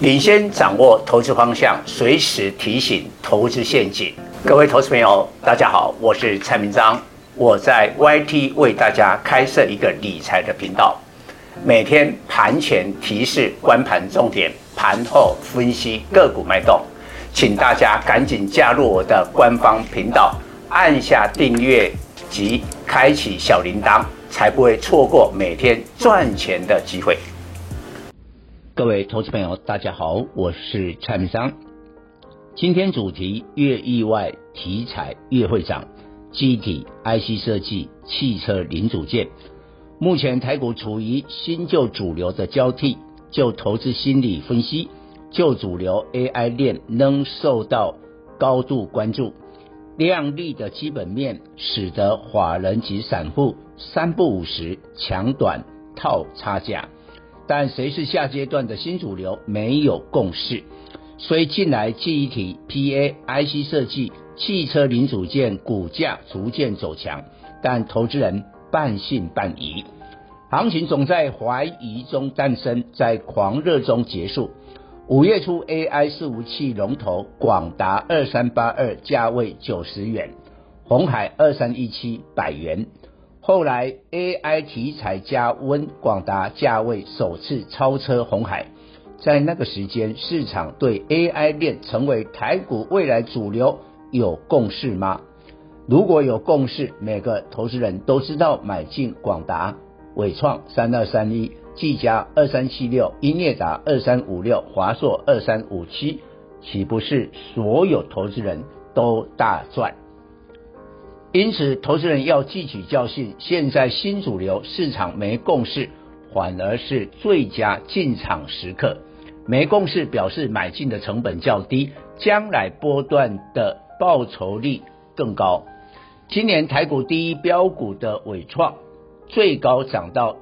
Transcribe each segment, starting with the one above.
领先掌握投资方向，随时提醒投资陷阱。各位投资朋友，大家好，我是蔡明彰，我在 YT 为大家开设一个理财的频道，每天盘前提示观盘重点，盘后分析个股脉动，请大家赶紧加入我的官方频道，按下订阅及开启小铃铛，才不会错过每天赚钱的机会。各位投资朋友，大家好，我是蔡明彰。今天主题越意外题材越会涨，记忆体、IC 设计、汽车零组件。目前台股处于新旧主流的交替，就投资心理分析，旧主流 AI 链仍受到高度关注。亮丽的基本面使得法人及散户三不五时抢短套差价，但谁是下阶段的新主流没有共识，所以近来记忆体、PA、IC 设计、汽车零组件股价逐渐走强，但投资人半信半疑，行情总在怀疑中诞生，在狂热中结束。5月初 AI 伺服器龙头广达2382价位90元，鸿海2317 100元，后来 AI 题材加温，广达价位首次超车鸿海。在那个时间，市场对 AI 链成为台股未来主流有共识吗？如果有共识，每个投资人都知道买进广达、伟创3231、技嘉2376、英业达2356、华硕2357，岂不是所有投资人都大赚？因此投资人要汲取教训，现在新主流市场没共识，反而是最佳进场时刻。没共识表示买进的成本较低，将来波段的报酬率更高。今年台股第一标股的伟创最高涨到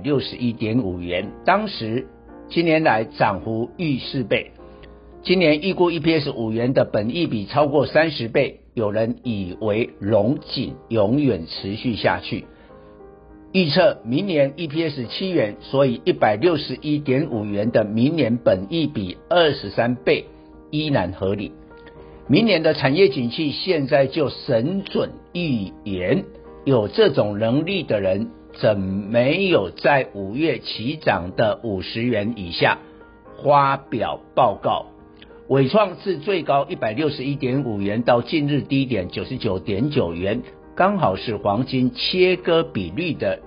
161.5 元，当时今年来涨幅逾4倍，今年预估 EPS 5元的本益比超过30倍，有人以为荣景永远持续下去，预测明年 EPS 7元，所以 161.5 元的明年本益比23倍依然合理。明年的产业景气现在就神准预言，有这种能力的人怎没有在5月起涨的50元以下发表报告？伟创自最高 161.5 元到近日低点 99.9 元，刚好是黄金切割比率的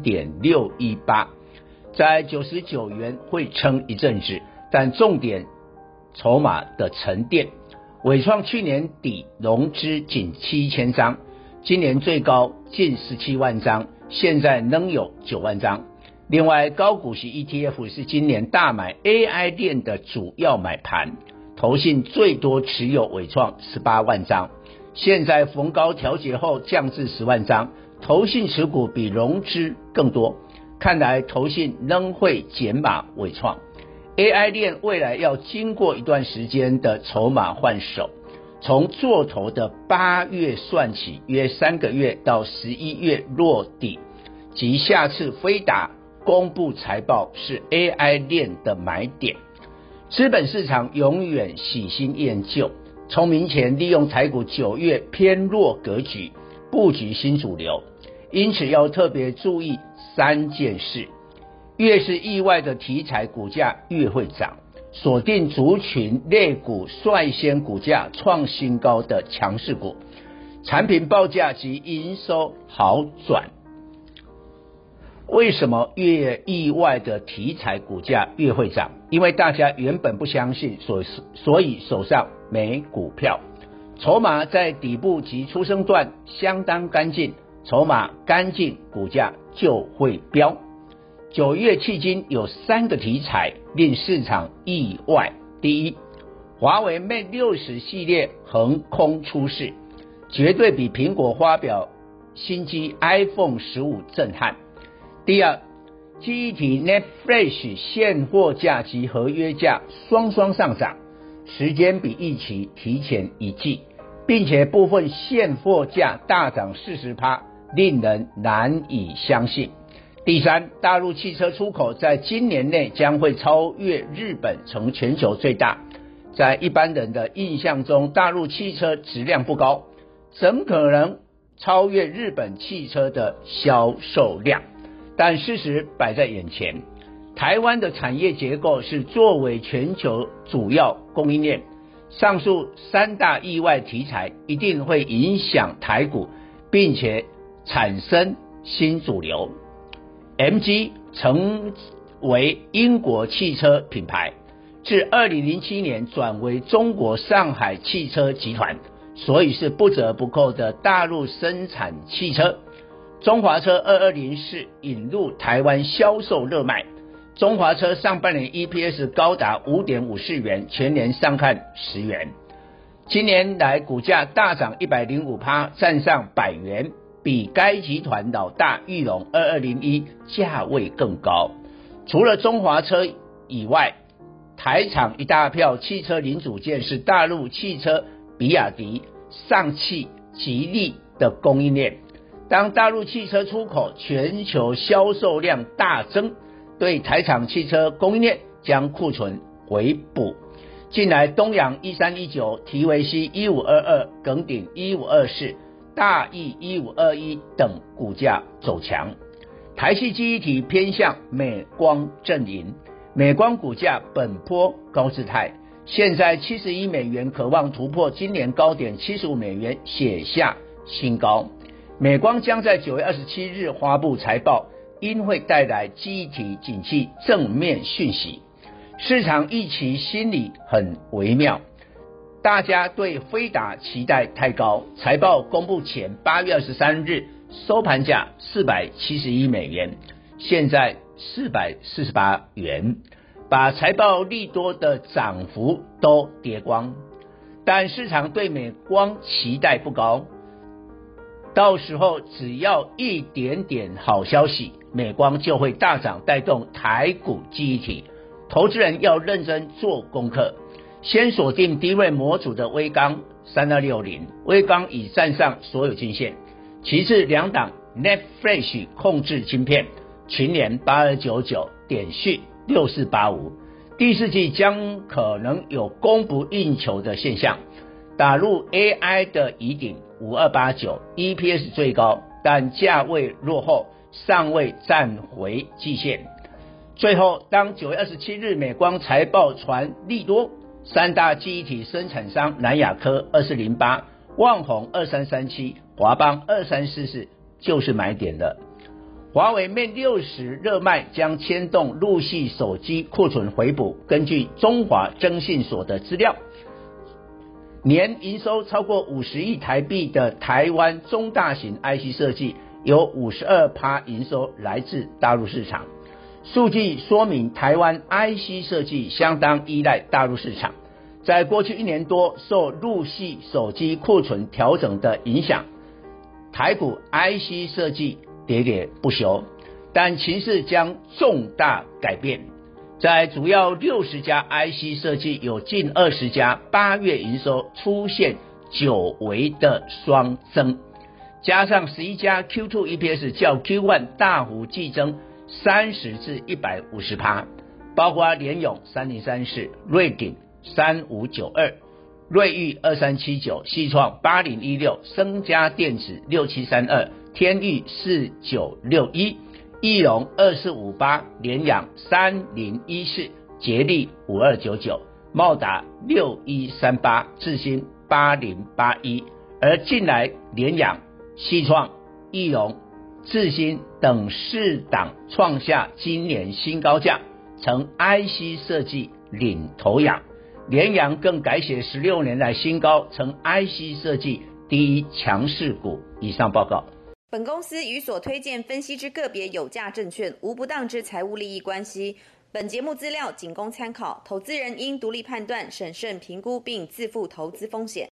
0.618， 在99元会撑一阵子，但重点筹码的沉淀。伟创去年底融资仅7000张，今年最高近17万张，现在仍有9万张。另外高股息 ETF 是今年大买 AI 链的主要买盘，投信最多持有伟创18万张，现在逢高调节后降至10万张，投信持股比融资更多，看来投信仍会减码伟创。AI 链未来要经过一段时间的筹码换手，从做头的8月算起，约3个月到11月落底，及下次飞达公布财报是 AI 链的买点。资本市场永远喜新厌旧，聪明钱利用台股9月偏弱格局布局新主流，因此要特别注意3件事。越是意外的题材，股价越会涨，锁定族群类股率先股价创新高的强势股，产品报价及营收好转。为什么越意外的题材股价越会涨？因为大家原本不相信，所以手上没股票，筹码在底部及初升段相当干净，筹码干净，股价就会飙。9月迄今有3个题材令市场意外。第一，华为 Mate 60系列横空出世，绝对比苹果发表新机 iPhone 15震撼。第二，记忆体 NAND Flash 现货价及合约价双双上涨，时间比预期提前1季，并且部分现货价大涨 40%， 令人难以相信。 第三，大陆汽车出口在今年内将会超越日本，成全球最大。在一般人的印象中，大陆汽车质量不高，怎么可能超越日本汽车的销售量？但事实摆在眼前，台湾的产业结构是作为全球主要供应链，上述三大意外题材一定会影响台股，并且产生新主流。MG 曾为英国汽车品牌，至2007年转为中国上海汽车集团，所以是不折不扣的大陆生产汽车。中华车2204引入台湾销售热卖，中华车上半年 EPS 高达 5.54 元，全年上看10元。今年来股价大涨 105%， 站上100元，比该集团老大裕隆2201价位更高。除了中华车以外，台厂一大票汽车零组件是大陆汽车比亚迪、上汽、吉利的供应链。当大陆汽车出口全球销售量大增，对台厂汽车供应链将库存回补。近来东阳1319、提维西1522、耿鼎1524、大益1521等股价走强。台系记忆体偏向美光阵营，美光股价本波高姿态，现在71美元，渴望突破今年高点75美元，写下新高。美光将在9月27日发布财报，应会带来记忆体景气正面讯息。市场预期心理很微妙，大家对飞达期待太高。财报公布前8月23日收盘价471美元，现在448元，把财报利多的涨幅都跌光。但市场对美光期待不高，到时候只要一点点好消息，美光就会大涨，带动台股记忆体。投资人要认真做功课，先锁定低位模组的威刚3260，威刚已站上所有均线。其次两档 Netfresh 控制晶片，群联8299，点讯6485，第四季将可能有供不应求的现象。打入 AI 的疑顶5289， EPS 最高，但价位落后，尚未站回季线。最后，当9月27日美光财报传利多，三大记忆体生产商南亚科2408、旺宏2337、华邦2344就是买点了。华为 Mate 60热卖将牵动陆系手机库存回补。根据中华征信所的资料，年营收超过50亿台币的台湾中大型 IC 设计，有 52% 营收来自大陆市场。数据说明台湾 IC 设计相当依赖大陆市场，在过去1年多受陆系手机库存调整的影响，台股 IC 设计喋喋不休，但情势将重大改变。在主要60家 IC 设计，有近20家8月营收出现久违的双增，加上11家 Q2 EPS 较 Q1 大幅季增30至150%，包括联咏3034、瑞鼎3592、瑞昱2379、细创8016、升佳电子6732、天钰4961、义隆2458、联阳3014、捷力5299、茂达6138、智新8081。而近来联阳、细创、义隆、智新等4档创下今年新高价，成 IC 设计领头羊。联阳更改写16年来新高，成 IC 设计第一强势股。以上报告。 本公司与所推荐分析之个别有价证券无不当之财务利益关系。本节目资料仅供参考，投资人应独立判断、审慎评估并自负投资风险。